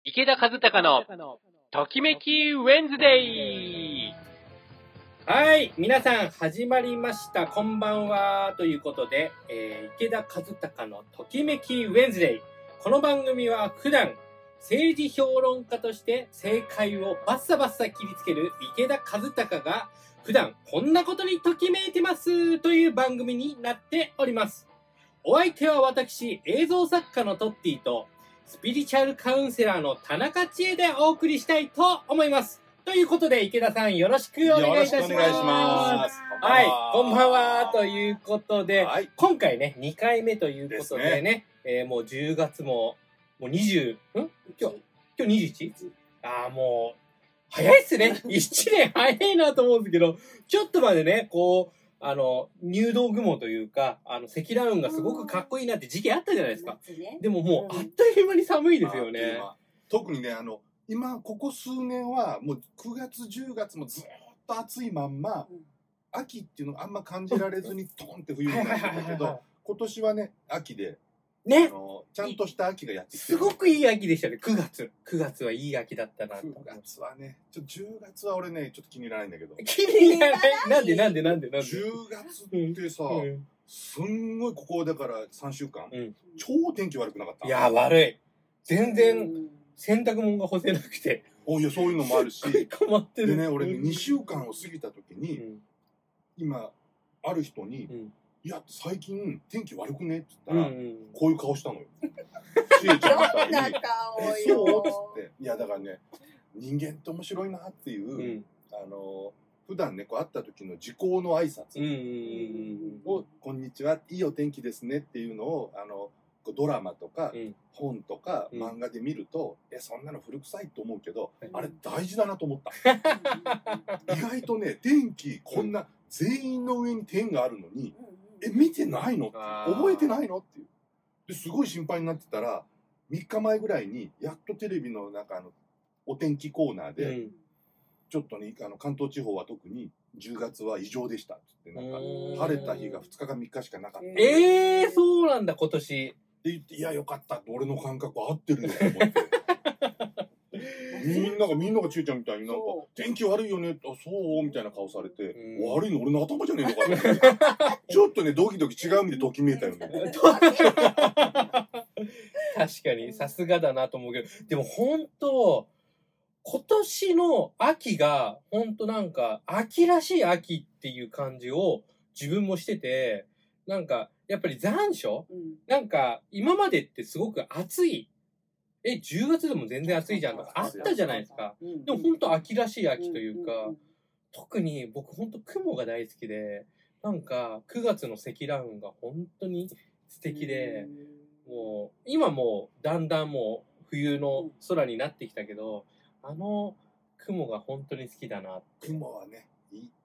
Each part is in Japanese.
池田和孝のときめきウェンズデイ。 はい、皆さん始まりました。こんばんは。ということで、池田和孝のときめきウェンズデイ。この番組は普段政治評論家として政界をバッサバッサ切りつける池田和孝が普段こんなことにときめいてますという番組になっております。お相手は私、映像作家のトッティとスピリチュアルカウンセラーの田中千恵でお送りしたいと思います。ということで、池田さんよろしくお願いいたします。 よろしくお願いします。 はい、こんばんは。ということで、 はい、 今回ね、2回目ということでね、もう10月も20、今日 21？ ああ、もう、早いっすね。1年早いなと思うんですけど、ちょっとまでね、こう、入道雲というか、積乱雲がすごくかっこいいなって時期あったじゃないですか。でももう、あっという間に寒いですよね。 特にね、今、ここ数年は、もう9月、10月もずっと暑いまんま、秋っていうのがあんま感じられずに、トンって冬になってたけど、今年はね、秋で、 ね、 ちゃんとした秋がやってきて、 すごくいい秋でしたね、9月。9月はいい秋だったなと。 9月はね、10月は俺ね、ちょっと気に入らないんだけど。 気に入らないなんで 10月ってさ、すんごいここだから3週間、超天気悪くなかった。 いや、悪い。全然、洗濯物が干せなくて。 いや、そういうのもあるし。 困ってる。 でね、俺ね、2週間を過ぎた時に、今、ある人に、いや、最近天気悪くねって言ったら、こういう顔したのよ。しえちゃんみたいに。そうっつって。いや、だからね、人間って面白いなっていう、普段ね、こう会った時の時効の挨拶を、こんにちは、いいお天気ですねっていうのを、ドラマとか、本とか、漫画で見ると、そんなの古臭いと思うけど、あれ大事だなと思った。意外とね、天気、こんな全員の上に天があるのに、見てないのって覚えてないのっていう。ですごい心配になってたら、3日前ぐらいに、やっとテレビのなんかお天気コーナーで、ちょっとね、関東地方は特に10月は異常でしたって言って、なんか、晴れた日が2日か3日しかなかった。 そうなんだ、今年。 って言って、いや、よかったって、俺の感覚合ってるよと思って。みんながちえちゃんみたいになんか、天気悪いよね、あ、そうみたいな顔されて、悪いの俺の頭じゃねえのかって。ちょっとね、ドキドキ違う意味でときめいたよね。 確かに、さすがだなと思うけど、でも本当、今年の秋が、本当なんか、秋らしい秋っていう感じを自分もしてて、なんか、やっぱり残暑、なんか、今までってすごく暑い。10月でも全然暑いじゃんとかあったじゃないですか。でも本当秋らしい秋というか、特に僕本当雲が大好きで、なんか9月の積乱雲が本当に素敵で、もう今もうだんだんもう冬の空になってきたけど、雲が本当に好きだな。 雲はね、いい。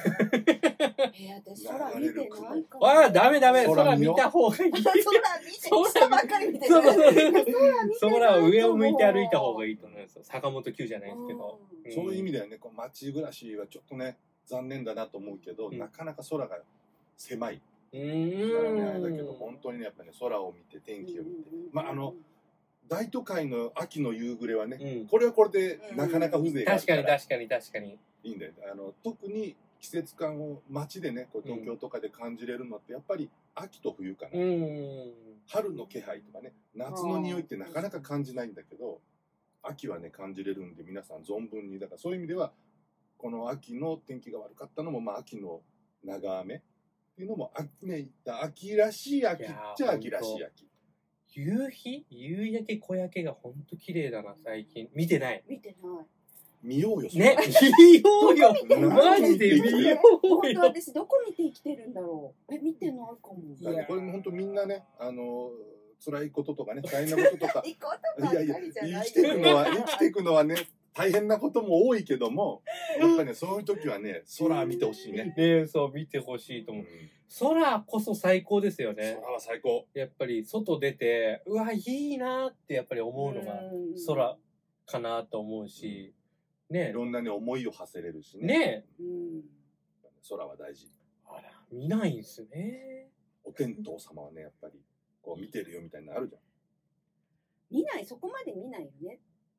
私空見てないかも。 ダメ。空見た方がいい。 空見て、下ばっかり見てる。 空を上を向いて歩いた方がいいと思います。坂本九じゃないですけど。 そういう意味ではね、街暮らしはちょっとね、残念だなと思うけど、なかなか空が狭い。だからね、あれだけど、本当にね、やっぱね、空を見て、天気を見て。大都会の秋の夕暮れはね、これはこれでなかなか風情があるから。 確かに。 いいんだよ。特に季節感を街でね、東京とかで感じれるのってやっぱり秋と冬かな。春の気配とかね、夏の匂いってなかなか感じないんだけど、秋はね感じれるんで皆さん存分に、だからそういう意味ではこの秋の天気が悪かったのも秋の長雨っていうのも秋らしい秋っちゃ秋らしい秋。 夕焼け小焼けがほんと綺麗だな最近。見てない。 見ようよ。 ね、見ようよ。マジで見ようよ。 本当私どこ見て生きてるんだろう。見てないかも。 これも本当みんなね、辛いこととかね、大変なこととか。生きていくのはね、大変なことも多いけども、やっぱりね、そういう時はね、空見てほしいね。 そう見てほしいと思う。空こそ最高ですよね。 空は最高。 やっぱり外出て、うわ、いいなってやっぱり思うのが空かなと思うし、ね。 いろんなね、思いを馳せれるしね。 ね。 空は大事。 あら、見ないんすね。 お天道様はね、やっぱり、こう見てるよみたいなのあるじゃん。 そこまで見ないよね。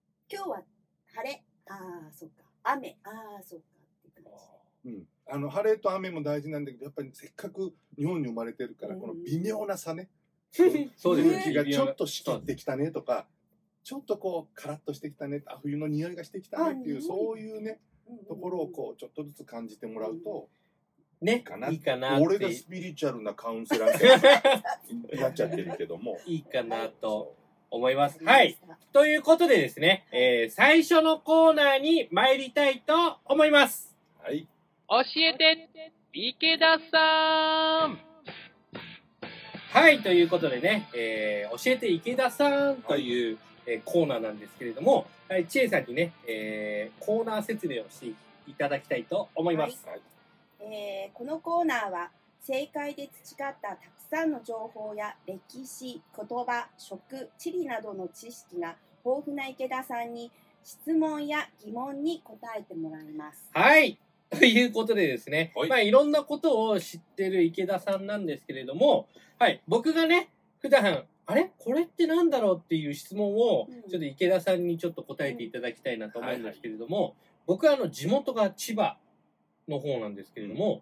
雨。ああ、そうかって感じ。 晴れと雨も大事なんだけど、やっぱりせっかく日本に生まれてるから、この微妙な差ね。 そうですね。 空気がちょっとしきってきたねとか、ちょっとこうカラッとしてきたね、冬の匂いがしてきたねっていう、そういうね、ところをこうちょっとずつ感じてもらうと、 ね、いいかなって。 俺がスピリチュアルなカウンセラーになっちゃってるけども。 いいかなと思います。はい。ということでですね、最初のコーナーに参りたいと思います。 はい。 教えて、池田さん。 はい、ということでね、教えて池田さんという、コーナーなんですけれども、はい、千恵さんにね、コーナー説明をしていただきたいと思います。 はい。このコーナーは政界で培ったたくさんの情報や歴史、言葉、食、地理などの知識が豊富な池田さんに質問や疑問に答えてもらいます。 はい。ということでですね、 はい、 まあいろんなことを知ってる池田さんなんですけれども、はい、僕がね、普段、あれこれってなんだろうっていう質問を、ちょっと池田さんにちょっと答えていただきたいなと思うんですけれども、僕は地元が千葉の方なんですけれども、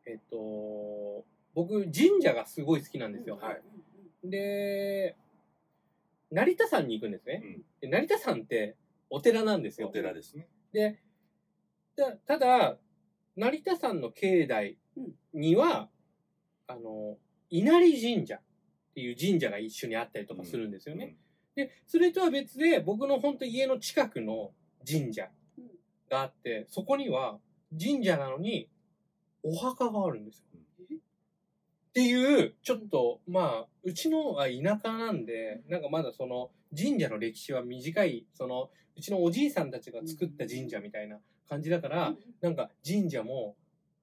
僕、神社がすごい好きなんですよ。 はい。 で、成田山に行くんですね。で成田山ってお寺なんですよ。 お寺ですね。 で、ただ、成田山の境内には、稲荷神社っていう神社が一緒にあったりとかするんですよね。で、それとは別で、僕の本当家の近くの神社があって、そこには神社なのにお墓があるんですよ。っていう、ちょっと、まあ、うちのは田舎なんで、なんかまだその神社の歴史は短い、うちのおじいさんたちが作った神社みたいな感じだから、なんか神社も、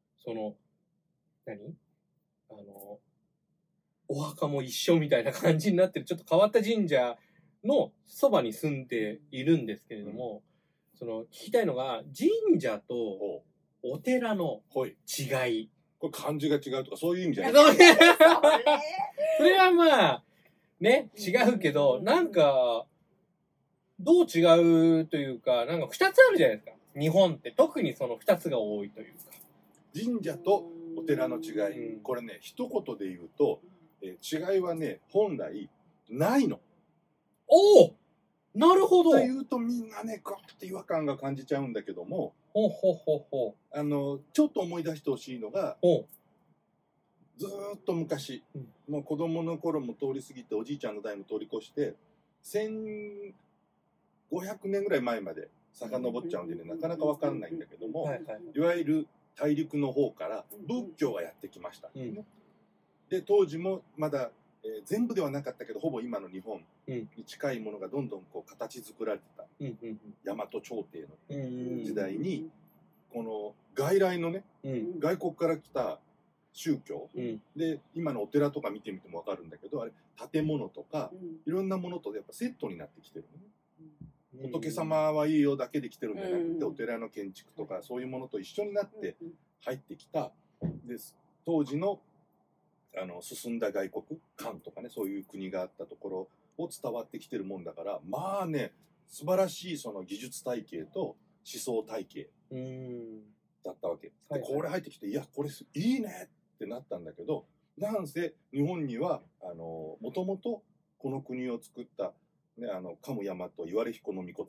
お墓も一緒みたいな感じになってる、ちょっと変わった神社のそばに住んでいるんですけれども、聞きたいのが、神社とお寺の違い。 これ漢字が違うとかそういう意味じゃないそれはまあ、ね、違うけど、なんか、どう違うというか、なんか二つあるじゃないですか。日本って特にその二つが多いというか。 神社とお寺の違い。これね、一言で言うと、違いはね、本来、ないの。 おお、なるほど。 というとみんなね、ガーって違和感が感じちゃうんだけども、ちょっと思い出してほしいのが、ずーっと昔、もう子供の頃も通り過ぎて、おじいちゃんの代も通り越して、1500年ぐらい前まで遡っちゃうんでね、なかなかわかんないんだけども、いわゆる大陸の方から仏教がやってきました、ね。で、当時もまだ、全部ではなかったけど、ほぼ今の日本に近いものがどんどんこう形作られてた、大和朝廷の時代に、この外来のね、外国から来た宗教、で今のお寺とか見てみても分かるんだけど、あれ建物とか、いろんなものとやっぱセットになってきてるのね。仏様はいいよだけで来てるんじゃなくて、お寺の建築とかそういうものと一緒になって入ってきたです。当時の進んだ外国、漢とかね、そういう国があったところを伝わってきてるもんだから、まあね、素晴らしいその技術体系と思想体系だったわけ。でこれ入ってきて、いやこれいいねってなったんだけど、なんせ日本にはもともとこの国を作った、ね、桓武大和岩出彦命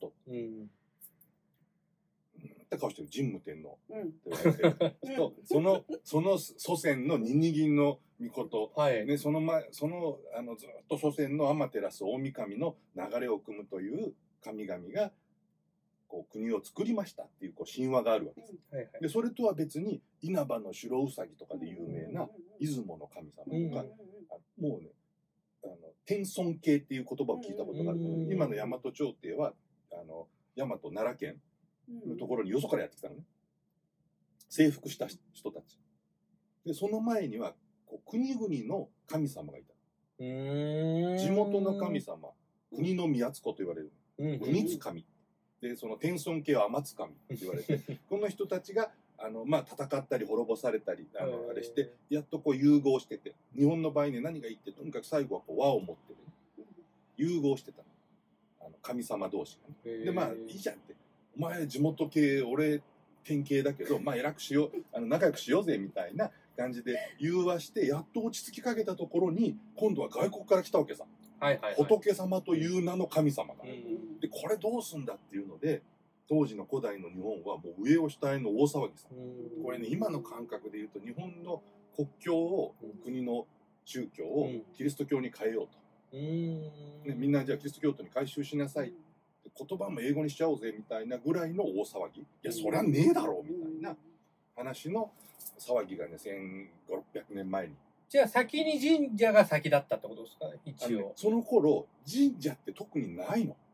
って顔してる神武天皇って言われてると、その祖先のニニギンの命、ね、そのずっと祖先の天照大神の流れを組むという神々がこう国を作りましたっていう、神話があるわけです。でそれとは別に稲葉の白うさぎとかで有名な出雲の神様とか、もうね天孫系っていう言葉を聞いたことがある。今の大和朝廷は大和奈良県のところによそからやってきたのね。征服した人たちで、その前には国々の神様がいた。地元の神様、国の宮津子と言われる国津神で、その天孫系は天津神って言われてこの人たちが戦ったり滅ぼされたりあれして、やっと融合してて、日本の場合ね、何がいいって、とにかく最後は和を持ってる、融合してた神様同士がね。でいいじゃんって、 お前地元系、俺県系だけど、まあ偉くしよう、仲良くしようぜみたいな感じで融和して、やっと落ち着きかけたところに、今度は外国から来たわけさ。 はいはいはい、 仏様という名の神様が。で、これどうすんだっていうので、当時の古代の日本はもう上を下への大騒ぎさ。これね、今の感覚で言うと、日本の国教を、国の宗教をキリスト教に変えようと。ね、みんなじゃあキリスト教徒に改宗しなさい。言葉も英語にしちゃおうぜみたいなぐらいの大騒ぎ。いや、そりゃねえだろうみたいな話の騒ぎがね、1500、600年前に。 じゃあ先に神社が先だったってことですか、一応。 その頃、神社って特にないの。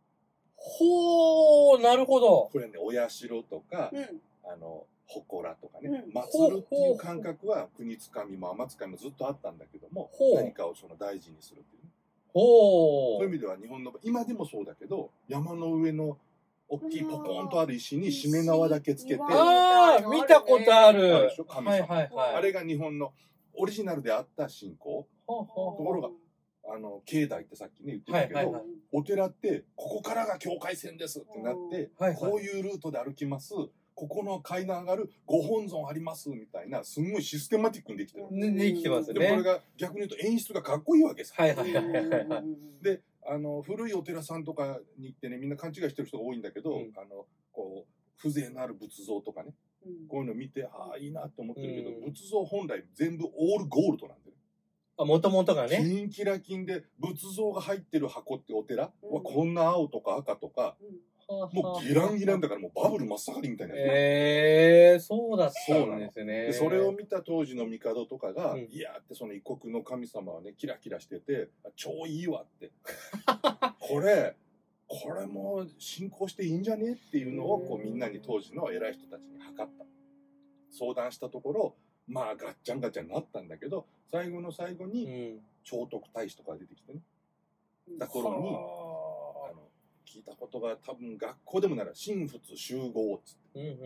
ほー、なるほど。 これね、お社とか、祠とかね、祀るっていう感覚は国つかみも天つかみもずっとあったんだけども、何かをその大事にするっていうね。そういう意味では日本の、今でもそうだけど、山の上の大きいポコンとある石にしめ縄だけつけて、 ああ、見たことある。 あるでしょ、神様。 はいはいはい。 あれが日本のオリジナルであった信仰。ところが、境内ってさっきね言ってたけど、お寺ってここからが境界線ですってなって、こういうルートで歩きます、ここの階段上がるご本尊ありますみたいな、すんごいシステマティックにできてる。 できてますね。 でこれが逆に言うと演出がかっこいいわけです。 はいはいはいはい。 で、古いお寺さんとかに行ってね、みんな勘違いしてる人が多いんだけど、こう風情のある仏像とかね、こういうの見て、ああいいなって思ってるけど、仏像本来全部オールゴールドなんでね。 もともとがね。 キンキラキンで仏像が入ってる箱ってお寺はこんな青とか赤とか、もうギランギランだからもうバブル真っ盛りみたいな。 そうだったんですね。 でそれを見た当時の帝とかが、いやーってその異国の神様はね、キラキラしてて、超いいわって。これも信仰していいんじゃねっていうのをこうみんなに当時の偉い人たちに諮った。相談したところ、まあガッチャンガッチャンになったんだけど、最後の最後に聖徳太子とか出てきてね、だ頃に聞いたことが多分学校でもなら神仏集合っつって、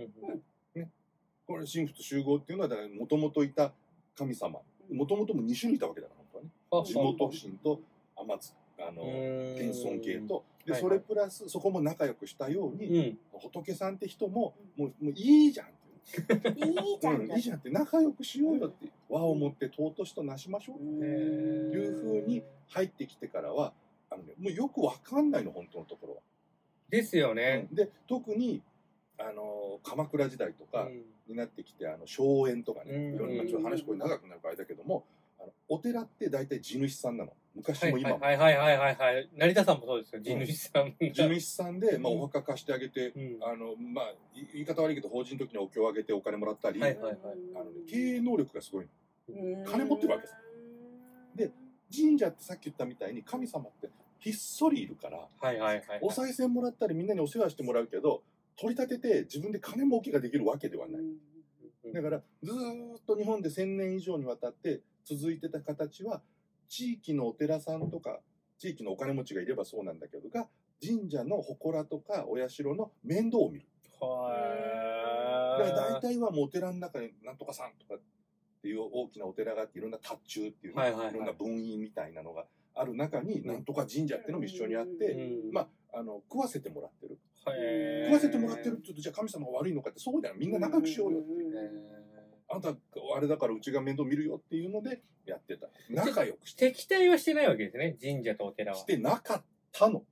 ね、これ神仏集合っていうのはだからもともといた神様、もともとも2種類いたわけだから本当はね、地元神と天津天孫系とで、それプラスそこも仲良くしたように、仏さんって人ももういいじゃんいいじゃんって仲良くしようよって和をもって尊しとなしましょうっていう風に入ってきてからはもうよくわかんないの本当のところは。 ですよね。 で特に鎌倉時代とかになってきて荘園とかね、いろんなちょっと話これ長くなるからあれだけども、お寺って大体地主さんなの。昔も今も。 はい成田さんもそうですよ。地主さん。 地主さんで、お墓貸してあげて、言い方悪いけど、法人の時にお経をあげてお金もらったり、経営能力がすごいの。金持ってるわけです。で、神社ってさっき言ったみたいに、神様ってひっそりいるから、お賽銭もらったりみんなにお世話してもらうけど、取り立てて自分で金儲けができるわけではない。だから、ずーっと日本で1000年以上にわたって続いてた形は、地域のお寺さんとか地域のお金持ちがいればそうなんだけどが神社の祠とかお社の面倒を見る。だから大体はもうお寺の中になんとかさんとかっていう大きなお寺があっていろんな塔中っていうね、いろんな分院みたいなのがある中になんとか神社っていうのも一緒にあって、食わせてもらってる。食わせてもらってるって言うとじゃあ神様が悪いのかってそうじゃない、みんな仲良くしようよっていう。あんたあれだからうちが面倒見るよっていうのでやってた。仲良くして。 敵対はしてないわけですね、神社とお寺は。 してなかったの。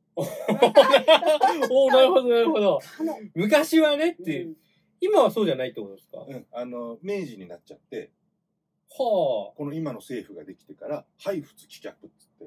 なるほどなるほど。昔はねっていう。今はそうじゃないってことですか？ 明治になっちゃって、 この今の政府ができてから廃仏棄却っつって、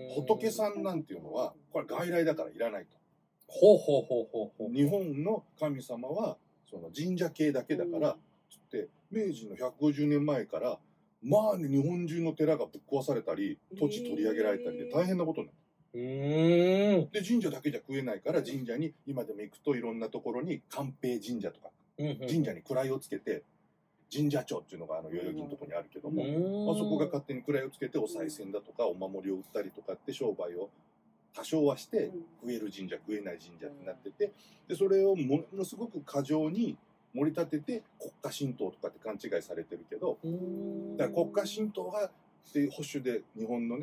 仏さんなんていうのはこれ外来だからいらないと。日本の神様はその神社系だけだからつって明治の150年前から日本中の寺がぶっ壊されたり土地取り上げられたりで大変なことになる。で神社だけじゃ食えないから神社に今でも行くといろんなところに寛平神社とか神社に位をつけて神社庁っていうのが代々木のところにあるけども、そこが勝手に位をつけてお賽銭だとかお守りを売ったりとかって商売を多少はして食える神社食えない神社ってなってて、でそれをものすごく過剰に盛り立てて国家神道とかって勘違いされてるけど、だから国家神道がっていう保守で日本のね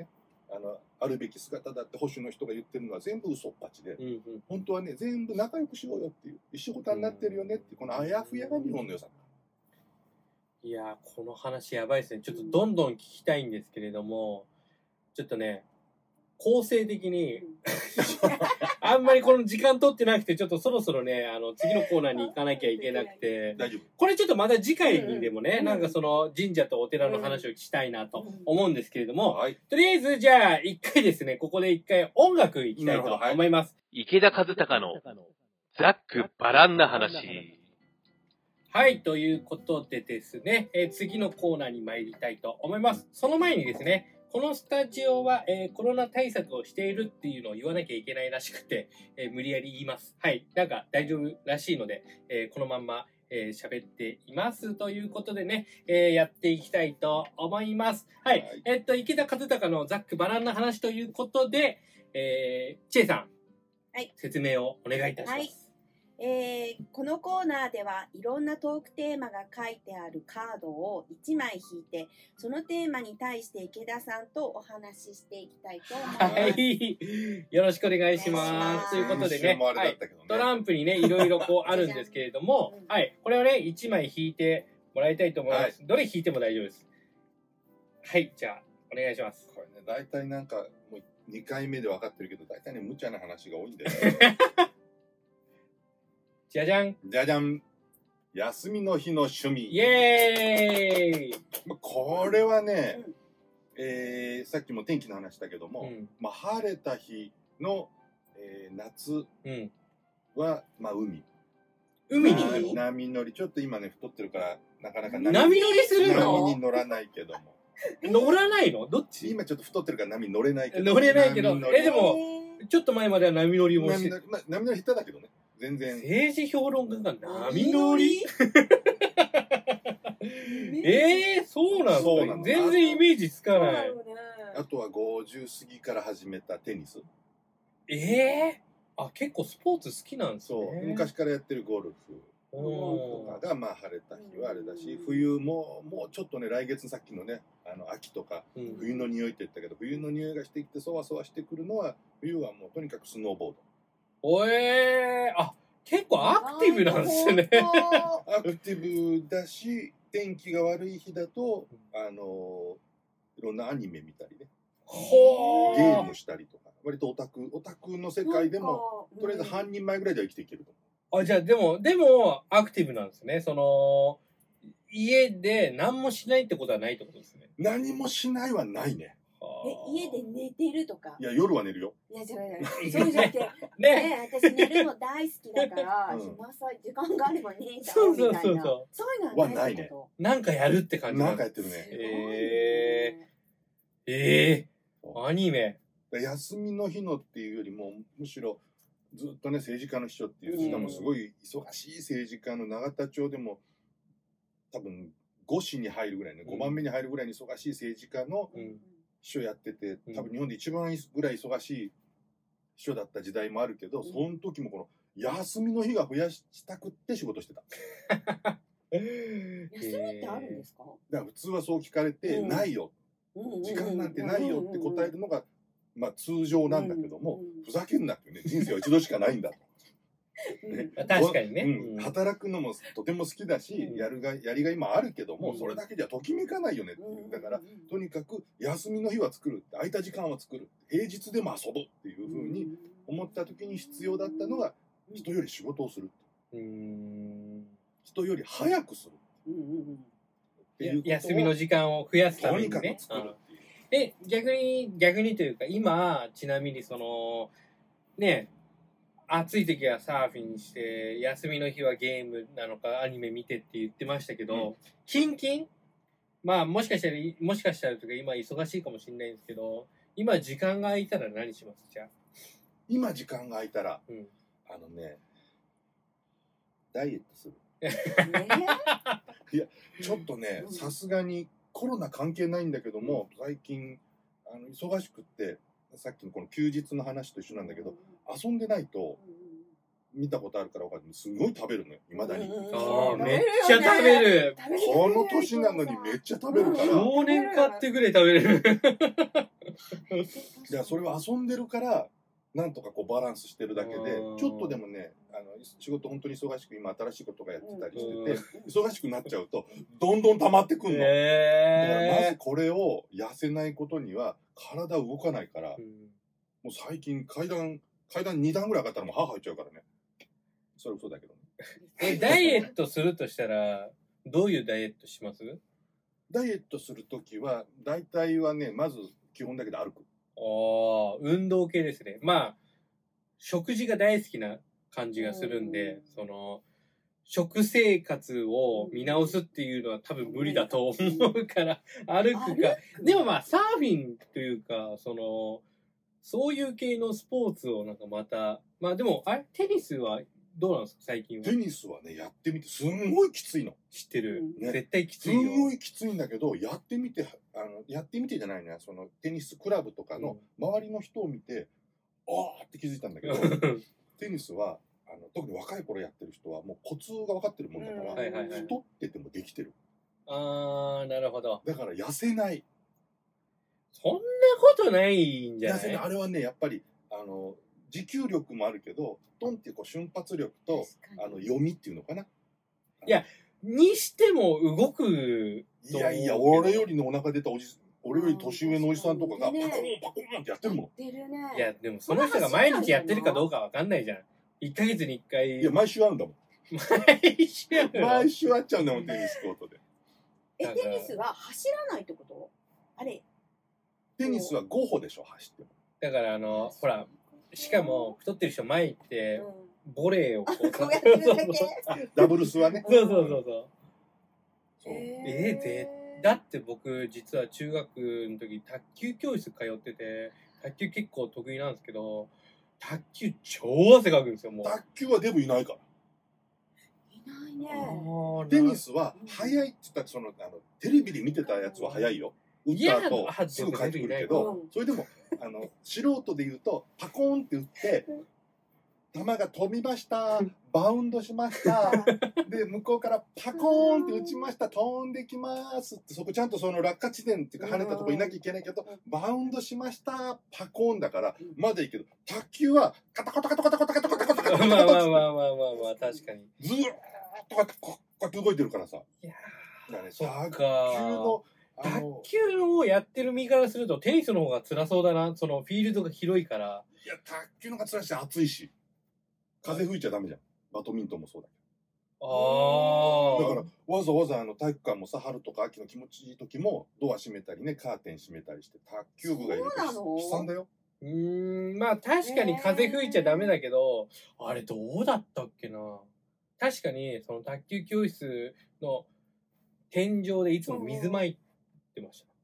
あるべき姿だって保守の人が言ってるのは全部嘘っぱちで、 うんうん、 本当はね全部仲良くしようよっていう一緒くたになってるよねっていうこのあやふやが日本の良さ。 いやー、この話やばいですね。ちょっとどんどん聞きたいんですけれども、ちょっとね、構成的にあんまりこの時間取ってなくて、ちょっとそろそろね、次のコーナーに行かなきゃいけなくて、 大丈夫。 これちょっとまた次回にでもね、なんかその神社とお寺の話をしたいなと思うんですけれども、 はい、 とりあえずじゃあ一回ですね、ここで一回音楽行きたいと思います。 池田和孝のざっくばらんな話。 はい、ということでですね、次のコーナーに参りたいと思います。その前にですね、このスタジオは、コロナ対策をしているっていうのを言わなきゃいけないらしくて、無理やり言います。はい。なんか大丈夫らしいので、このまんま喋っていますということでね、やっていきたいと思います。はい。池田和孝のざっくばらんな話ということで、ちえさん、 はい、 説明をお願いいたします。はい。 このコーナーではいろんなトークテーマが書いてあるカードを1枚引いて、そのテーマに対して池田さんとお話ししていきたいと思います。はい。 よろしくお願いします。ということでね、はい、トランプにね、いろいろこうあるんですけれども、はい。これをね、1枚引いてもらいたいと思います。はい、どれ引いても大丈夫です。はい。じゃあ、お願いします。 これね、大体なんか、もう2回目で分かってるけど、大体ね、無茶な話が多いんだよね。 じゃじゃん。 じゃじゃん。休みの日の趣味。 イエーイ。 これはね、さっきも天気の話だけども、晴れた日の、夏は、海。 海に波乗り。ちょっと今ね、太ってるから、なかなか波乗りするの？ 波に乗らないけども。 乗らないの？どっち？ 今ちょっと太ってるから波乗れないけど。 乗れないけど。でも、ちょっと前までは波乗りもして。 波乗り下手だけどね。全然。 政治評論家が波乗りそうなんですか？全然イメージつかない。 あとは50過ぎから始めたテニス。 あ、結構スポーツ好きなんですね。 そう。昔からやってるゴルフとかが、晴れた日はあれだし、冬もうちょっとね、来月さっきのね、秋とか、冬の匂いって言ったけど、冬の匂いがしてきて、そわそわしてくるのは、冬はもうとにかくスノーボード。 あ、結構アクティブなんですね。 アクティブだし、天気が悪い日だと、いろんなアニメ見たりね。ゲームしたりとか。割とオタクの世界でも、とりあえず半人前ぐらいでは生きていけると思う。じゃあ、でも、アクティブなんですね。家で何もしないってことはないってことですね。 何もしないはないね。 家で寝てるとか。 いや、夜は寝るよ。 いや、じゃない。そうじゃなくて、私寝るの大好きだから、時間があれば寝ちゃうみたいな。そういうのはないね。 なんかやるって感じ。 なんかやってるね。アニメ。 休みの日のっていうよりも、むしろ、ずっとね、政治家の秘書っていう、しかもすごい忙しい政治家の永田町でも、多分5市に入るぐらいね、5番目に入るぐらいに忙しい政治家の秘書やってて、多分日本で一番ぐらい忙しい秘書だった時代もあるけど、その時もこの休みの日が増やしたくって仕事してた。 休みってあるんですか？ だから普通はそう聞かれて、ないよ。時間なんてないよって答えるのが、通常なんだけども、ふざけんなってね、人生は一度しかないんだと。 確かにね、 働くのもとても好きだし、やりが今あるけども、それだけじゃときめかないよねっていう。だからとにかく休みの日は作る、空いた時間は作る、平日でも遊ぼうっていうふうに思った時に必要だったのが、人より仕事をする、人より早くする、 休みの時間を増やすためにね。 とにかく作る逆にというか、今ちなみにね、暑い時はサーフィンして、休みの日はゲームなのかアニメ見てって言ってましたけど、もしかしたらというか今忙しいかもしれないんですけど、今時間が空いたら何します？じゃあ。 今時間が空いたら、ダイエットする。いや、ちょっとね、さすがにコロナ関係ないんだけども、最近、忙しくって、さっきのこの休日の話と一緒なんだけど、遊んでないと、見たことあるから分かる。すごい食べるのよ、未だに。 めっちゃ食べる。 この年なのにめっちゃ食べるから。 少年買ってくれ食べれる。 じゃあそれは遊んでるからなんとかこうバランスしてるだけで、ちょっとでもね仕事本当に忙しく今新しいことがやってたりしてて、忙しくなっちゃうとどんどん溜まってくんの。だからまずこれを痩せないことには体動かないから、もう最近階段2段ぐらい上がったらもう歯入っちゃうからね。それ嘘だけどね。 ダイエットするとしたらどういうダイエットします？ ダイエットするときは大体はね、まず基本だけで歩く。 運動系ですね。まあ食事が大好きな感じがするんで、その食生活を見直すっていうのは多分無理だと思うから歩くか。でもまあサーフィンというかそういう系のスポーツをなんかまた、まあでもテニスはどうなんですか最近は？ テニスはねやってみてすんごいきついの。 知ってる、 ね、 絶対きついよ。 すんごいきついんだけどやってみてじゃないね、そのテニスクラブとかの周りの人を見て、あーって気づいたんだけどテニスは特に若い頃やってる人はもうコツが分かってるもんだから、太っててもできてる。 なるほど。 だから痩せない。 そんなことないんじゃない？ 痩せない。あれはねやっぱり持久力もあるけど、トンっていう瞬発力と読みっていうのかな。いやにしても動く。 いやいや、俺よりのお腹出た俺より年上のおじさんとかがパコンパコンってやってるもん。 いやでもその人が毎日やってるかどうかわかんないじゃん。1ヶ月に1回。 いや毎週会うんだもん。毎週会っちゃうんだもん、テニスコートで。 テニスは走らないってこと？あれテニスは5歩でしょ、走っても。 だからほら、しかも太ってる人前行って、ボレーをこうこうやってるだけダブルスはね。 そうだって僕実は中学の時卓球教室通ってて、卓球結構得意なんですけど、卓球超汗かくんですよ。もう卓球はデブいないから。 いないね。 テニスは速いって言ったらテレビで見てたやつは速いよ。打った後すぐ帰ってくるけど、それでも素人で言うとパコーンって打って球が飛びました、バウンドしましたで向こうからパコーンって打ちました、飛んできますって、そこちゃんとその落下地点っていうか跳ねたとこいなきゃいけないけど、バウンドしましたパコーンだからまだいいけど、卓球はカタカタカタカタカタカタカタカタカタカタ、 まあ確かにずーっとこうやって動いてるからさ。 いやだね、 卓球をやってる身からするとテニスの方が辛そうだな。そのフィールドが広いから。 いや、卓球の方が辛いし暑いし、風吹いちゃダメじゃん。バドミントンもそうだけど。だからわざわざ体育館もさ、春とか秋の気持ちいい時もドア閉めたりね、カーテン閉めたりして卓球部がいると悲惨だよ。 まあ確かに風吹いちゃダメだけど、あれどうだったっけな。確かにその卓球教室の天井でいつも水まいてました。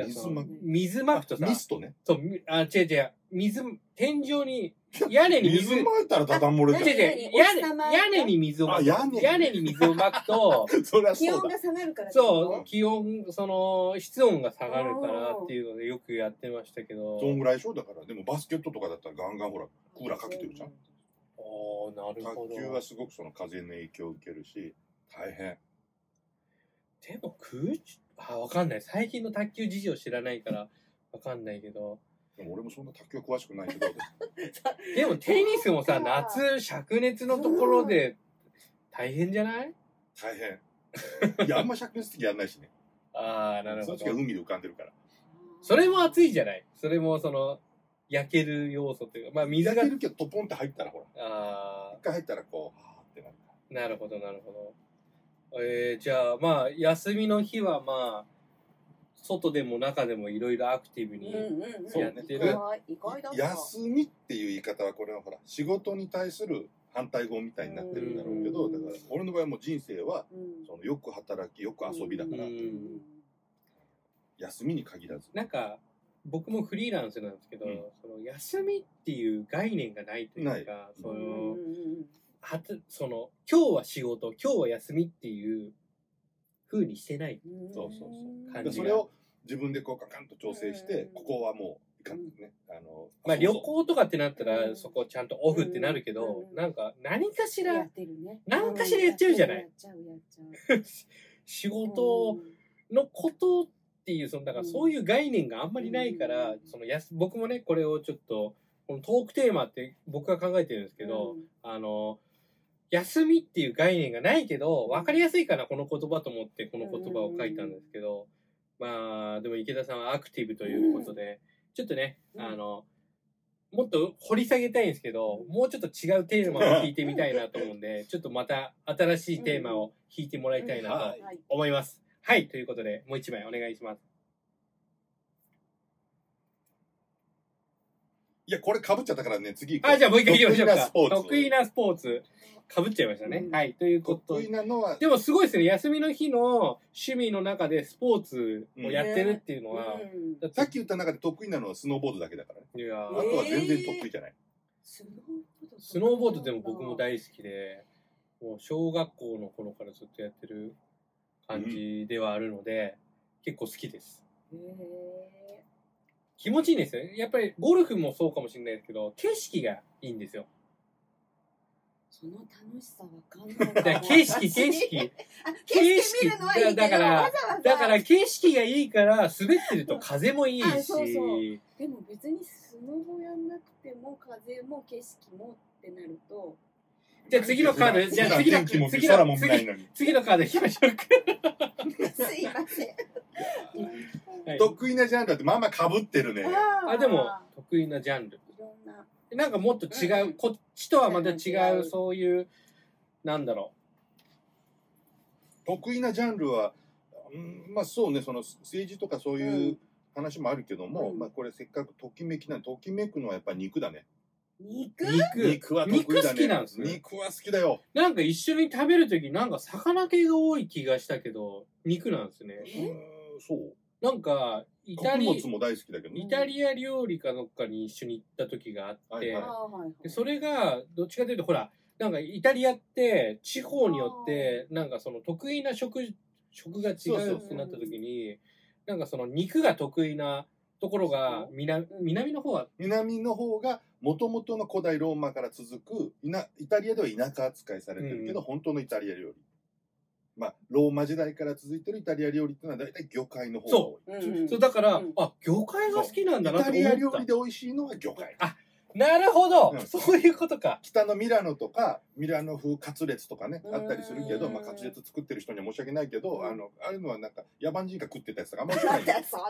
水まくとさ、 ミストね。 そう、違う。天井に、屋根に水まいたらダダ漏れじゃん。 屋根に水をまく。屋根に水をまくと、 気温が下がるから。 そう、室温が下がるからっていうのでよくやってましたけど。 そんぐらいでしょ。だから、でもバスケットとかだったらガンガンほら、クーラーかけてるじゃん。 なるほど。 卓球はすごく風の影響を受けるし、大変。 でもわかんない。最近の卓球事情知らないからわかんないけど。 でも俺もそんな卓球詳しくないけど。 でもテニスもさ、夏灼熱のところで大変じゃない？ 大変。いや、あんま灼熱的やんないしね。 なるほど。 その時は海で浮かんでるから。 それも暑いじゃない？それも焼ける要素というか、まあ水が。 焼けるけどトポンって入ったらほら。一回入ったらこう、はーってなる。 なるほど。じゃあまあ休みの日はまあ外でも中でもいろいろアクティブにやってる。 休みっていう言い方はこれはほら仕事に対する反対語みたいになってるんだろうけど、だから俺の場合も人生はよく働きよく遊びだから休みに限らず。 なんか僕もフリーランスなんですけど、休みっていう概念がないというか、今日は仕事、今日は休みっていう風にしてない。 そう。それを自分でこうカカンと調整して、ここはもういかんね。 まあ旅行とかってなったらそこちゃんとオフってなるけど、なんか何かしらやっちゃうじゃない。仕事のことっていう、だからそういう概念があんまりないから、僕もね、これをちょっと、このトークテーマって僕が考えてるんですけど、休みっていう概念がないけど、わかりやすいかな、この言葉と思ってこの言葉を書いたんですけど、まあ、でも池田さんはアクティブということで、ちょっとね、もっと掘り下げたいんですけど、もうちょっと違うテーマを聞いてみたいなと思うんで、ちょっとまた新しいテーマを聞いてもらいたいなと思います。はい、ということで、もう一枚お願いします。 いや、これ被っちゃったからね、次。 じゃあもう一回言いましょうか。得意なスポーツ。被っちゃいましたね。はい、ということで。 得意なのは。 でもすごいですね。休みの日の趣味の中でスポーツをやってるっていうのは。 さっき言った中で得意なのはスノーボードだけだからね。いやあとは全然得意じゃない。 スノーボードでも僕も大好きで、もう小学校の頃からずっとやってる感じではあるので、結構好きです。気持ちいいんですよ。やっぱりゴルフもそうかもしれないですけど、景色がいいんですよ。 その楽しさわかんない。 景色。景色見るのはいいけど、だから景色がいいから、滑ってると風もいいし。 でも別にスノボやんなくても風も景色もってなると。 じゃあ次のカード、次のカードいきましょうか。 すいません。 得意なジャンルだってまあまあ被ってるね。 でも得意なジャンル。なんかもっと違う、こっちとはまた違う、そういう、なんだろう。得意なジャンルは、まあそうね、その政治とかそういう話もあるけども、まあこれせっかくときめきときめくのはやっぱり肉だね。 肉は得意だね。 肉好きなんですね。 肉は好きだよ。 なんか一緒に食べるときなんか魚系が多い気がしたけど、肉なんですね。 そう。 なんか、イタリア料理かどっかに一緒に行った時があって、でそれが、どっちかというと、ほら、なんかイタリアって地方によって、なんかその得意な食が違うってなった時に、なんかその肉が得意なところが、南の方が元々の古代ローマから続く、イタリアでは田舎扱いされてるけど、本当のイタリア料理。まあ、ローマ時代から続いてるイタリア料理っていうのは大体魚介の方が多い。 そう、だから、魚介が好きなんだなと思った。 イタリア料理で美味しいのは魚介。 なるほど、そういうことか。 北のミラノとか、ミラノ風カツレツとかね、あったりするけど、まあ、カツレツ作ってる人には申し訳ないけど、ああいうのはなんか、野蛮人が食ってたやつとかあんまりない。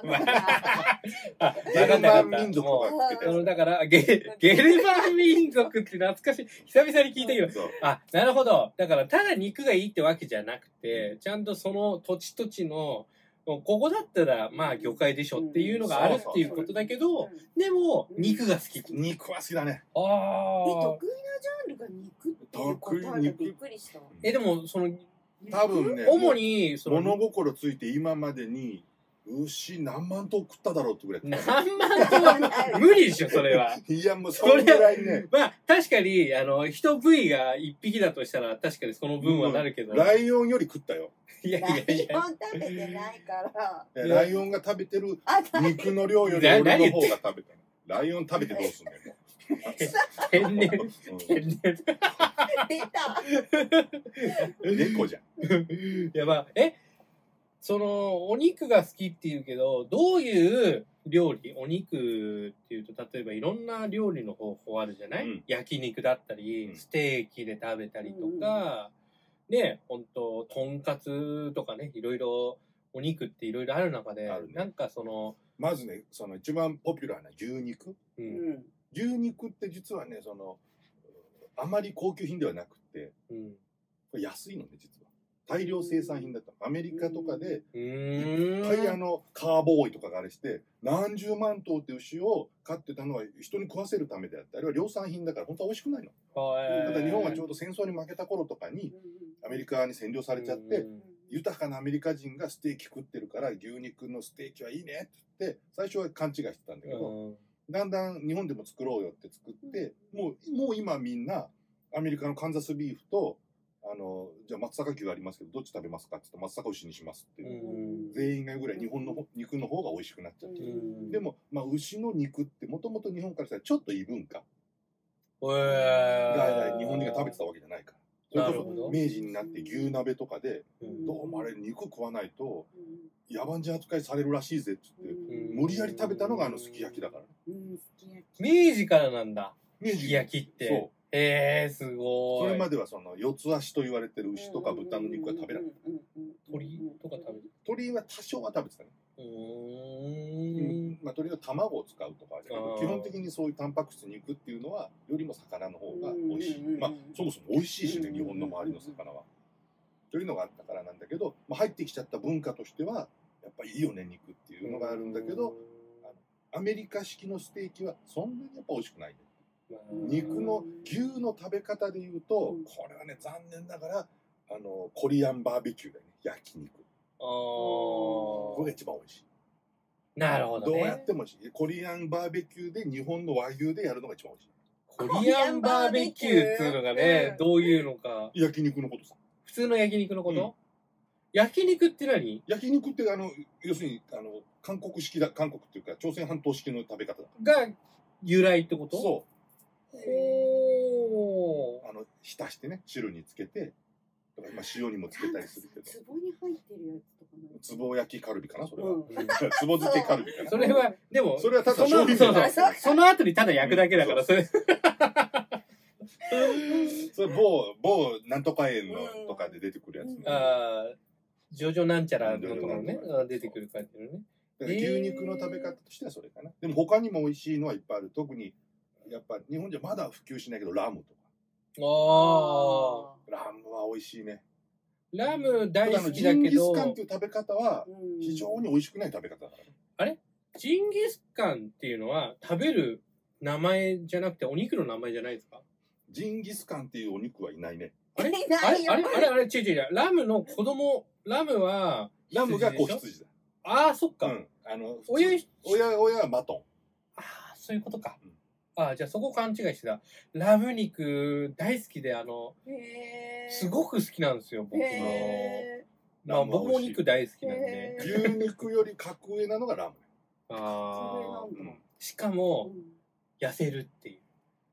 ゲルマン民族とか食ってたやつ。 だから、ゲルマン民族って懐かしい。久々に聞いたけど。なるほど。だから、ただ肉がいいってわけじゃなくて、ちゃんとその土地土地の、ここだったら、まあ、魚介でしょっていうのがあるっていうことだけど、でも、肉が好き。 肉は好きだね。 得意なジャンルが肉っていう答えでびっくりした。 でも、 多分ね、 主に、 物心ついて今までに、牛何万頭食っただろうってぐらい。 何万頭は無理でしょ、それは。 いや、もうそれぐらいね。 まあ、確かに、一部位が一匹だとしたら、確かにその分はなるけど。 ライオンより食ったよ。 ライオン食べてないから。 ライオンが食べてる肉の量より俺の方が食べたの。ライオン食べてどうすんだよ。 天然。 出た。 猫じゃん。 いや、まあ、お肉が好きっていうけど、どういう料理、お肉っていうと、例えばいろんな料理の方法あるじゃない、焼肉だったり、ステーキで食べたりとか、ね、ほんと、とんかつとかね、いろいろ、お肉っていろいろある中で、なんかまずね、一番ポピュラーな牛肉。牛肉って実はね、あまり高級品ではなくて、これ安いのね、実は。大量生産品だった。アメリカとかで、いっぱいカーボーイとかがあれして、何十万頭って牛を飼ってたのは人に食わせるためであって、あれは量産品だから本当は美味しくないの。ただ日本はちょうど戦争に負けた頃とかに、アメリカに占領されちゃって、豊かなアメリカ人がステーキ食ってるから牛肉のステーキはいいねって言って、最初は勘違いしてたんだけど、だんだん日本でも作ろうよって作って、もう今みんなアメリカのカンザスビーフと、じゃあ松阪牛ありますけどどっち食べますかって言ったら松阪牛にしますって全員が言うぐらい日本の肉の方が美味しくなっちゃってる。でも、まあ、牛の肉ってもともと日本からしたらちょっと異文化が日本人が食べてたわけじゃないから。それこそ明治になって牛鍋とかでどうもあれ肉食わないと野蛮人扱いされるらしいぜって言って無理やり食べたのがすき焼きだから。 明治からなんだ、 明治すき焼きって。 そうすごい。 それまでは四つ足と言われてる牛とか豚の肉は食べなかった。 鳥とか食べる？ 鳥は多少は食べてたね。まあ鳥は卵を使うとかだけど、基本的にそういうタンパク質肉っていうのはよりも魚の方が美味しい。まあそもそも美味しいしね、日本の周りの魚は。というのがあったからなんだけど、まあ、入ってきちゃった文化としてはやっぱりいいよね肉っていうのがあるんだけど、アメリカ式のステーキはそんなにやっぱ美味しくないね。肉の牛の食べ方でいうと、これはね残念ながらコリアンバーベキューだよね、焼肉。これが一番美味しい。 なるほどね。 どうやっても美味しい。コリアンバーベキューで日本の和牛でやるのが一番美味しい。 コリアンバーベキューっていうのがね、どういうのか。 焼肉のことさ。 普通の焼肉のこと？焼肉って何？ 焼肉って要するに韓国式だ、韓国っていうか朝鮮半島式の食べ方だ。 が由来ってこと？ そう。 ほー。浸してね、汁につけて、とか塩にもつけたりするけど。 壺に入ってるやつとかない？ 壺焼きカルビかな、それは。壺漬けカルビかな。 それはでもそれはただ商品名。 その後にただ焼くだけだから、それ。 それ某なんとか園のとかで出てくるやつね。 ジョジョなんちゃらのとかね、出てくる感じのね。 牛肉の食べ方としてはそれかな。でも他にも美味しいのはいっぱいある。特にやっぱ日本じゃまだ普及しないけどラムとか。ラムは美味しいね。 ラム大好きだけど。 ジンギスカンっていう食べ方は非常に美味しくない食べ方だからね。 あれ？ジンギスカンっていうのは食べる名前じゃなくてお肉の名前じゃないですか？ ジンギスカンっていうお肉はいないね。 あれ？違う。ラムの子供、ラムが子羊だ。 ああ、そっか。 親はマトン。 ああ、そういうことか。じゃあそこ勘違いしてた。ラム肉大好きで、すごく好きなんですよ、僕も。僕も肉大好きなんで。 牛肉より格上なのがラム。 しかも、痩せるっていう。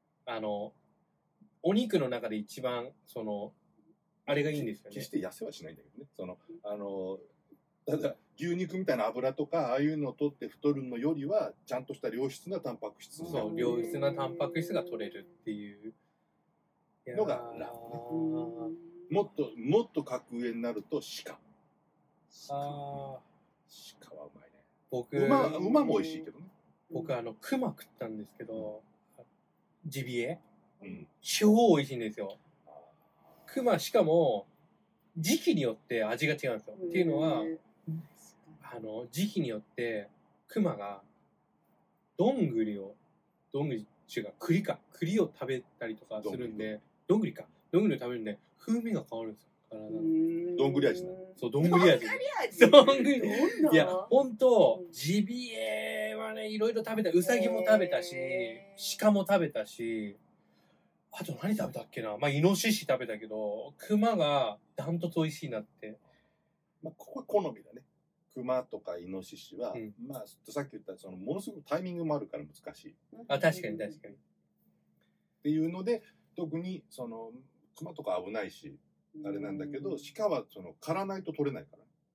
お肉の中で一番、あれがいいんですよね。 決して痩せはしないんだけどね。ただ、牛肉みたいな油とか、ああいうのを取って太るのよりは、ちゃんとした良質なタンパク質。 そう、良質なタンパク質が取れるっていうのがラムね。もっと格上になると鹿。鹿はうまいね。馬も美味しいけどね。 僕、熊食ったんですけど、ジビエ。超美味しいんですよ。熊、しかも、時期によって味が違うんですよ。っていうのは、時期によって、熊が、どんぐりっていうか、栗を食べたりとかするんで、どんぐりを食べるんで、風味が変わるんですよ。 どんぐり味なの？ そう、どんぐり味。いや、ほんと、ジビエはね、いろいろ食べた。ウサギも食べたし、鹿も食べたし、あと何食べたっけな？イノシシ食べたけど、熊がダントツ美味しいなって。 ここは好みだね。熊とかイノシシは、さっき言ったものすごくタイミングもあるから難しい。 確かに。 っていうので、特に熊とか危ないし、あれなんだけど、鹿は狩らないと取れないから。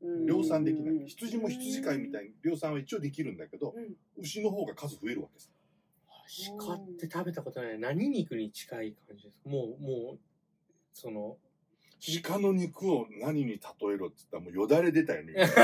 量産できない。羊も羊飼いみたいに量産は一応できるんだけど、牛の方が数増えるわけさ。 鹿って食べたことない。何肉に近い感じですか？もう、 鹿の肉を何に例えろって言ったらもうよだれ出たよね。よ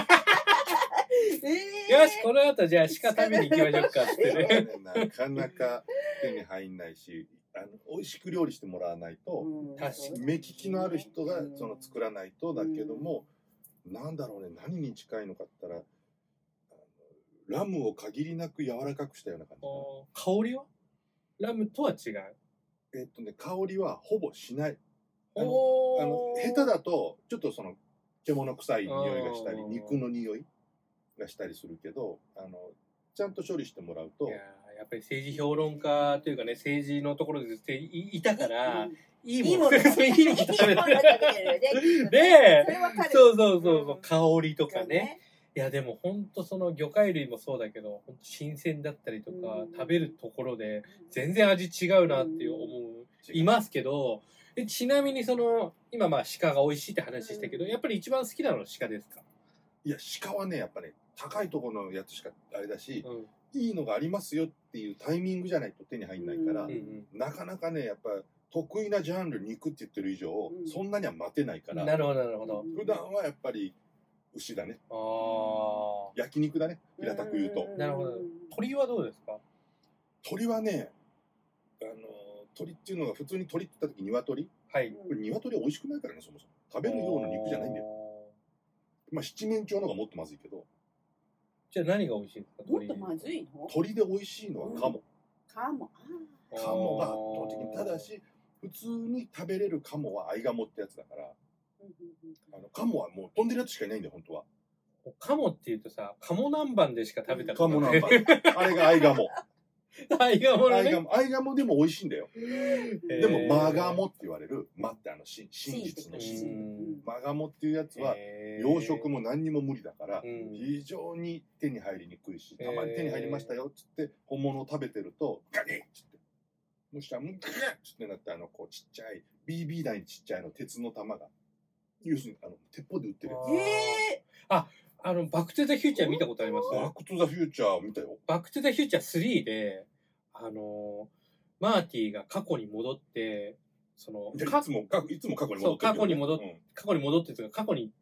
し、この後じゃあ鹿食べに行きましょうかってね。 なかなか手に入んないし、美味しく料理してもらわないと、目利きのある人が作らないとだけども、なんだろうね、何に近いのかって言ったら、ラムを限りなく柔らかくしたような感じ。 香りは？ラムとは違う？ 香りはほぼしない。下手だと、ちょっと獣臭い匂いがしたり、肉の匂いがしたりするけど、ちゃんと処理してもらうと。 やっぱり政治評論家というかね、政治のところでいたから、いいもの食べてる。で、そう、香りとかね。いやでも本当魚介類もそうだけど、本当新鮮だったりとか、食べるところで全然味違うなっていますけど、ちなみに今鹿が美味しいって話したけど、やっぱり一番好きなのは鹿ですか？ いや、鹿はね、やっぱね、高いところのやつしかあれだし、いいのがありますよっていうタイミングじゃないと手に入んないから、なかなかね、やっぱ得意なジャンル肉って言ってる以上、そんなには待てないから、 なるほどなるほど。 普段はやっぱり牛だね。焼肉だね、平たく言うと。 なるほど。鳥はどうですか？ 鳥はね、鳥っていうのが普通に鳥って言った時鶏。 はい。 これ鶏は美味しくないからね、そもそも。食べるような肉じゃないんだよ。まあ七面鳥の方がもっとまずいけど。 じゃあ何が美味しいんですか？ もっとまずいの？ 鳥で美味しいのはカモ。 カモ。 カモが圧倒的に。ただし、普通に食べれるカモはアイガモってやつだから、カモはもう飛んでるやつしかいないんだよ、本当は。 カモっていうとさ、カモ南蛮でしか食べたことない。 カモ南蛮。あれがアイガモ。 アイガモね。 アイガモでも美味しいんだよ。でもマガモって言われる、マって真実の真。マガモっていうやつは養殖も何にも無理だから非常に手に入りにくいし、たまに手に入りましたよっつって本物を食べてるとガリッつって、もしくはガッつってなってこうちっちゃい BB 弾にちっちゃい鉄の玉が要するに鉄砲で撃ってるやつ。 バックトゥザフューチャー見たことあります？ バックトゥザフューチャー見たよ。 バックトゥザフューチャー3で、マーティが過去に戻って、 いつも過去に戻ってる、 そう、過去に戻ってというか、過去に行って、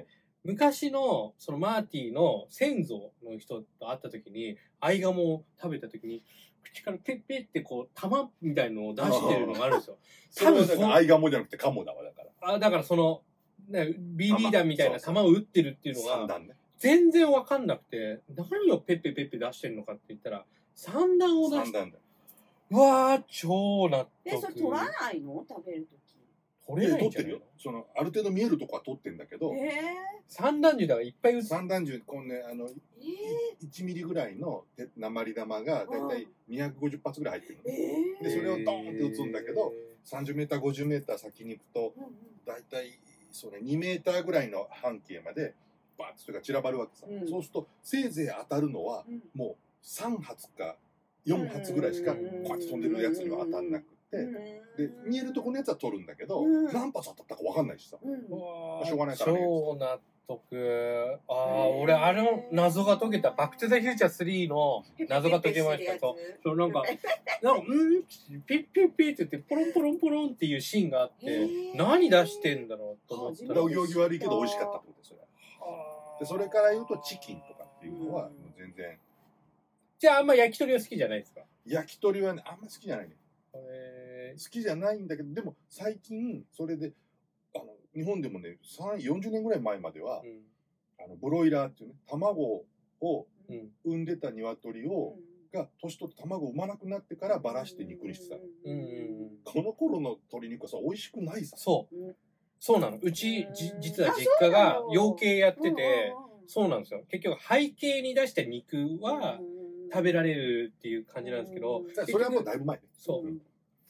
昔の、そのマーティの先祖の人と会った時に、アイガモを食べた時に、口からペッペってこう、玉みたいのを出してるのがあるんですよ。 多分アイガモじゃなくてカモだわ、だから。 だからその、BB 弾みたいな玉を撃ってるっていうのが、 ね、 全然わかんなくて、何をペッペペッペ出してるのかって言ったら、三段を出してる。うわー、超納得。 それ取らないの？食べるとき。 取れないんじゃないの？ 取ってるよ。ある程度見えるとこは取ってんだけど、 三段銃だからいっぱい撃つ。 三段銃、このね、1ミリぐらいの鉛玉がだいたい250発ぐらい入ってるの。で、それをドーンって撃つんだけど、30メーター、50メーター先に行くと、だいたい2メーターぐらいの半径まで、バーッとそれが散らばるわけさ。そうすると、せいぜい当たるのは、もう3発か4発ぐらいしか、こうやって飛んでるやつには当たんなくて、で、見えるとこのやつは取るんだけど、何発当たったか分かんないしさ。しょうがないからね。 超納得。俺、謎が解けた。バックトゥザフューチャー3の謎が解けました。なんか、ピッピッピッって言って、ポロンポロンポロンっていうシーンがあって、何出してんだろうと思ったら。 お行儀悪いけど美味しかったってことですよ。で、それから言うとチキンとかっていうのは全然。 じゃああんま焼き鳥は好きじゃないですか？ 焼き鳥はね、あんま好きじゃないね。好きじゃないんだけど、でも最近、それで、日本でもね、40年ぐらい前までは、ブロイラーっていうね、卵を産んでた鶏が、年取って卵を産まなくなってからばらして肉にしてた。この頃の鶏肉はさ、美味しくないさ。 そうなの。うち、実は実家が養鶏やってて、そうなんですよ。結局、背景に出した肉は食べられるっていう感じなんですけど。 それはもうだいぶ前ね。 そう。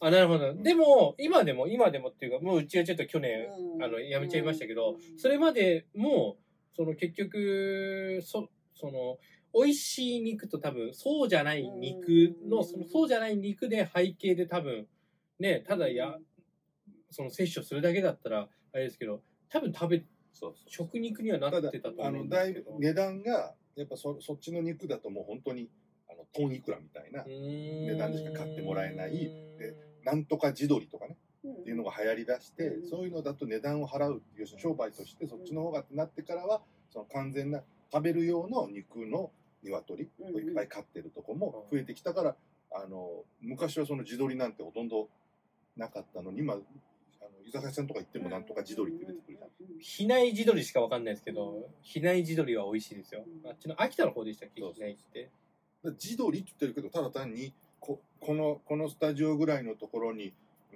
なるほど。でも、今でもっていうか、もううちはちょっと去年、やめちゃいましたけど、それまでも、結局、美味しい肉と多分、そうじゃない肉の、そうじゃない肉で背景で多分、ね、ただ摂取するだけだったら、あれですけど、多分食肉にはなってたと思うんですけど。 だいぶ値段が、やっぱそっちの肉だともう本当に、トンイクラみたいな値段でしか買ってもらえない、で、なんとか地鶏とかね、っていうのが流行り出して、そういうのだと値段を払う、要するに商売としてそっちの方がってなってからは、完全な食べる用の肉の鶏をいっぱい飼ってるとこも増えてきたから、昔はその地鶏なんてほとんどなかったのに、今、居酒屋さんとか行ってもなんとか地鶏って出てくるじゃん。 比内地鶏しかわかんないですけど、比内地鶏は美味しいですよ。あっちの秋田の方でしたっけ、比内って。 地鶏って言ってるけど、ただ単にこのスタジオぐらいのところに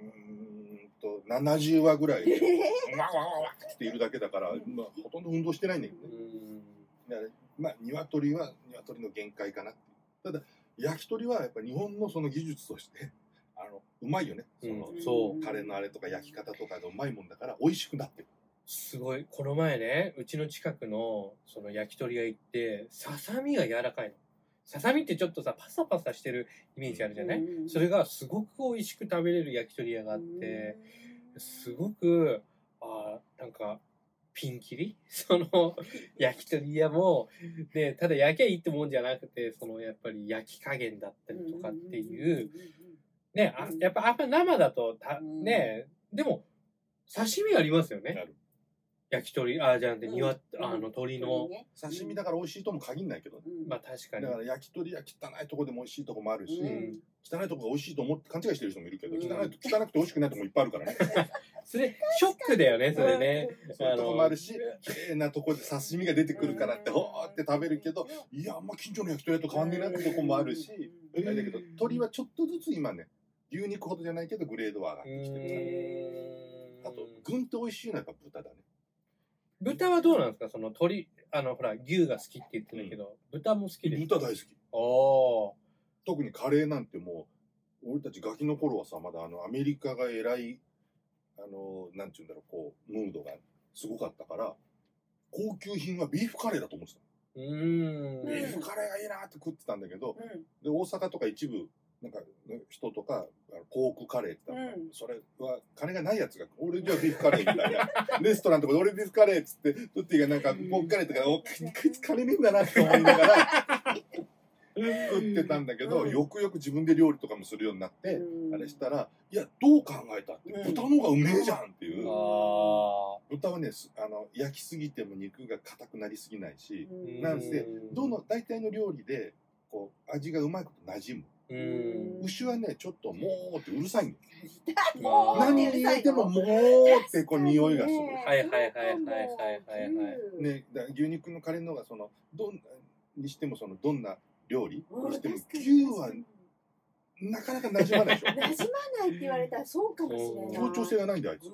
70羽ぐらいでわわわわっているだけだから、ほとんど運動してないんだけどね。まあ鶏は鶏の限界かなっていう。ただ焼き鳥はやっぱ日本のその技術としてうまいよね。タレのあれとか焼き方とかがうまいもんだから美味しくなってる。 すごい。この前ね、うちの近くのその焼き鳥屋行って、ささみが柔らかいの。ささみってちょっとさ、パサパサしてるイメージあるじゃない？それがすごく美味しく食べれる焼き鳥屋があって、すごく、なんか、 ピンキリその、焼き鳥屋も、で、ただ焼きゃいいってもんじゃなくて、その、やっぱり焼き加減だったりとかっていう、ね、やっぱ生だと、ね、でも、刺身ありますよね。焼き鳥、じゃなくて、鶏の。 刺身だから美味しいとも限んないけど。 まあ確かに。 だから焼き鳥は汚いとこでも美味しいとこもあるし、汚いとこが美味しいと思って勘違いしてる人もいるけど、汚くて美味しくないとこもいっぱいあるからね。 それ、ショックだよね、それね。 そういうとこもあるし、綺麗なとこで刺身が出てくるからって、ほーって食べるけど、いや、あんま近所の焼き鳥屋と変わんねえなってとこもあるし、だけど、鶏はちょっとずつ今ね、牛肉ほどじゃないけど、グレードは上がってきてるから。あと、ぐんと美味しいのはやっぱ豚だね。 豚はどうなんですかその鶏、ほら、牛が好きって言ってたけど、豚も好きですか？ 豚大好き。特にカレーなんてもう、俺たちガキの頃はさ、まだアメリカが偉い、なんていうんだろう、こう、ムードがすごかったから、高級品はビーフカレーだと思ってた。ビーフカレーがいいなって食ってたんだけど、で、大阪とか一部、なんか、人とか、ポークカレーって言ったら、それは、金がないやつが、俺じゃあビーフカレーみたいな。レストランとかで俺ビーフカレーっつって、トッティがなんか、ポークカレーとか、こいつ金ねえんだなって思いながら、食ってたんだけど、よくよく自分で料理とかもするようになって、あれしたら、いや、どう考えたって、豚の方がうめえじゃんっていう。豚はね、焼きすぎても肉が硬くなりすぎないし、なんせ、大体の料理で、こう、味がうまいこと馴染む。牛はね、ちょっともーってうるさいんだよ。何に入れてももーってこう匂いがする。 はいはいはいはいはい。 ね、牛肉のカレーの方がどんな料理にしても牛はなかなか馴染まないでしょ。 馴染まないって言われたらそうかもしれない。 協調性がないんだよあいつ。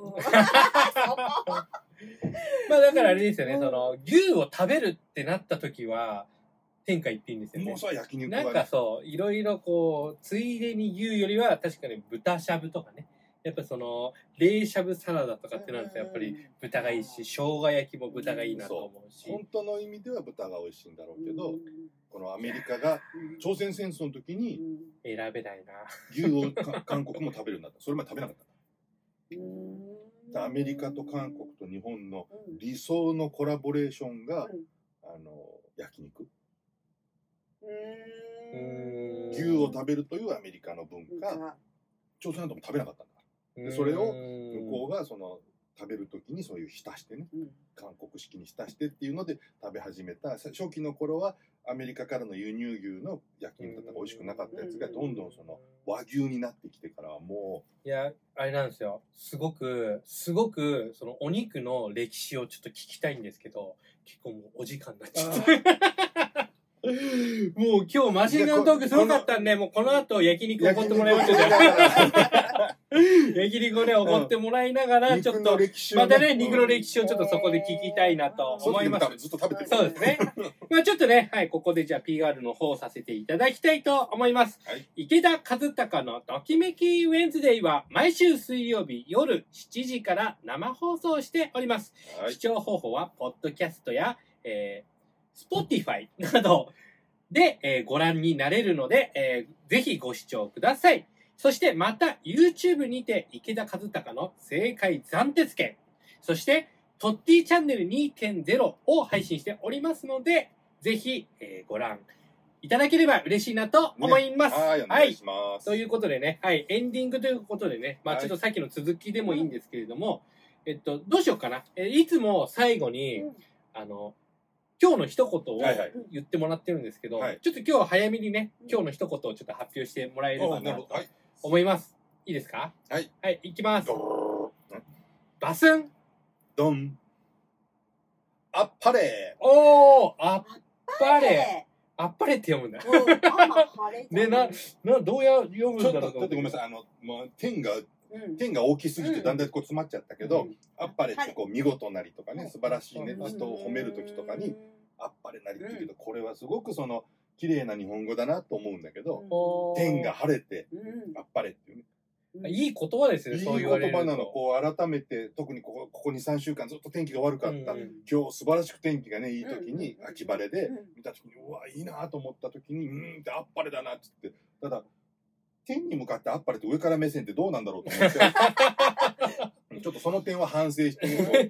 まあだからあれですよね、牛を食べるってなった時は天下一品ですよね。 もうさ焼肉はね。なんかそう、いろいろこう、ついでに牛よりは確かに豚しゃぶとかね。やっぱ冷しゃぶサラダとかってなるとやっぱり豚がいいし、生姜焼きも豚がいいなと思うし。 本当の意味では豚が美味しいんだろうけど、このアメリカが朝鮮戦争の時に選べないな。 牛を韓国も食べるんだった。それまで食べなかった。アメリカと韓国と日本の理想のコラボレーションが、焼肉。牛を食べるというアメリカの文化、朝鮮半島も食べなかったんだ。でそれを向こうが食べるときにそういう浸してね、韓国式に浸してっていうので食べ始めた。初期の頃はアメリカからの輸入牛の焼肉だったら美味しくなかったやつがどんどん和牛になってきてからはもう。いや、あれなんですよ。すごくお肉の歴史をちょっと聞きたいんですけど、結構もうお時間になっちゃって。もう今日マシンガントークすごかったんで、もうこの後焼肉おごってもらいましょう。焼肉をね、おごってもらいながら、ちょっと、またね、肉の歴史をちょっとそこで聞きたいなと思います。 ずっと食べてる。 そうですね。まあちょっとね、はい、ここでじゃあ PR の方させていただきたいと思います。はい、池田和孝のときめきウェンズデイは毎週水曜日夜7時から生放送しております。はい、視聴方法は、ポッドキャストや、Spotify などで、ご覧になれるので、ぜひご視聴ください。そしてまた YouTube にて池田和孝の正解暫定券、そしてトッティチャンネル 2.0 を配信しておりますので、ぜひ、ご覧いただければ嬉しいなと思います。 はい、お願いします。 ということでね、はい、エンディングということでね、まあちょっとさっきの続きでもいいんですけれども、どうしようかな。いつも最後に、今日の一言を言ってもらってるんですけど、ちょっと今日は早めにね、今日の一言をちょっと発表してもらえればなと思います。いいですか？はい。はい、いきます。バスンドンあっぱれおーあっぱれあっぱれって読むんだ。ね、どうや読むんだろうと。 だってごめんなさい、もう点が大きすぎてだんだんこう詰まっちゃったけど、あっぱれってこう見事なりとかね、素晴らしいね、人を褒めるときとかに、あっぱれなりって言うけど、これはすごく綺麗な日本語だなと思うんだけど、天が晴れて、あっぱれっていうね。 いい言葉ですね、そう言われると。 いい言葉なの。こう改めて、特にここ2、3週間ずっと天気が悪かった。今日素晴らしく天気がね、いい時に、秋晴れで見た時に、うわ、いいなと思った時に、ってあっぱれだなって言って、ただ、天に向かってあっぱれって上から目線ってどうなんだろうと思って、ちょっとその点は反省して、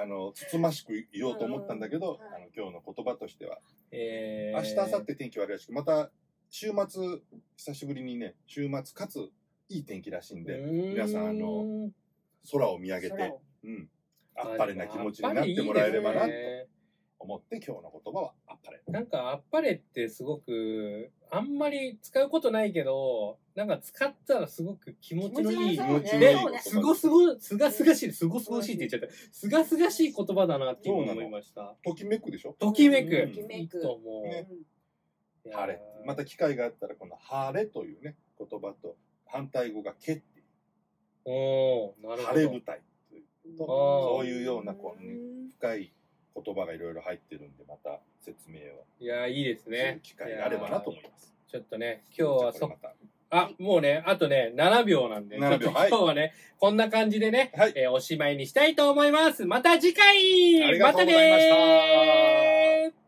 つつましく言おうと思ったんだけど、今日の言葉としては、明日、明後日天気悪いらしく、また週末、久しぶりにね、週末かついい天気らしいんで、皆さん空を見上げて、あっぱれな気持ちになってもらえればなと思って、今日の言葉はあっぱれ。 なんかあっぱれってすごく、あんまり使うことないけど、なんか使ったらすごく気持ちのいい、すがすがしい、すごすごしいって言っちゃった。すがすがしい言葉だなって思いました。 ときめくでしょ？ ときめく。 いいと思う。 晴れ。また機会があったら、この晴れというね、言葉と反対語がけっていう。 なるほど。 晴れ舞台というと、そういうようなこう、深い言葉がいろいろ入ってるんで、また説明を。 いや、いいですね。 機会があればなと思います。 ちょっとね、今日はもうね、あとね、7秒なんで、今日はね、こんな感じでね、おしまいにしたいと思います。また次回ありがとうございました。 またねー。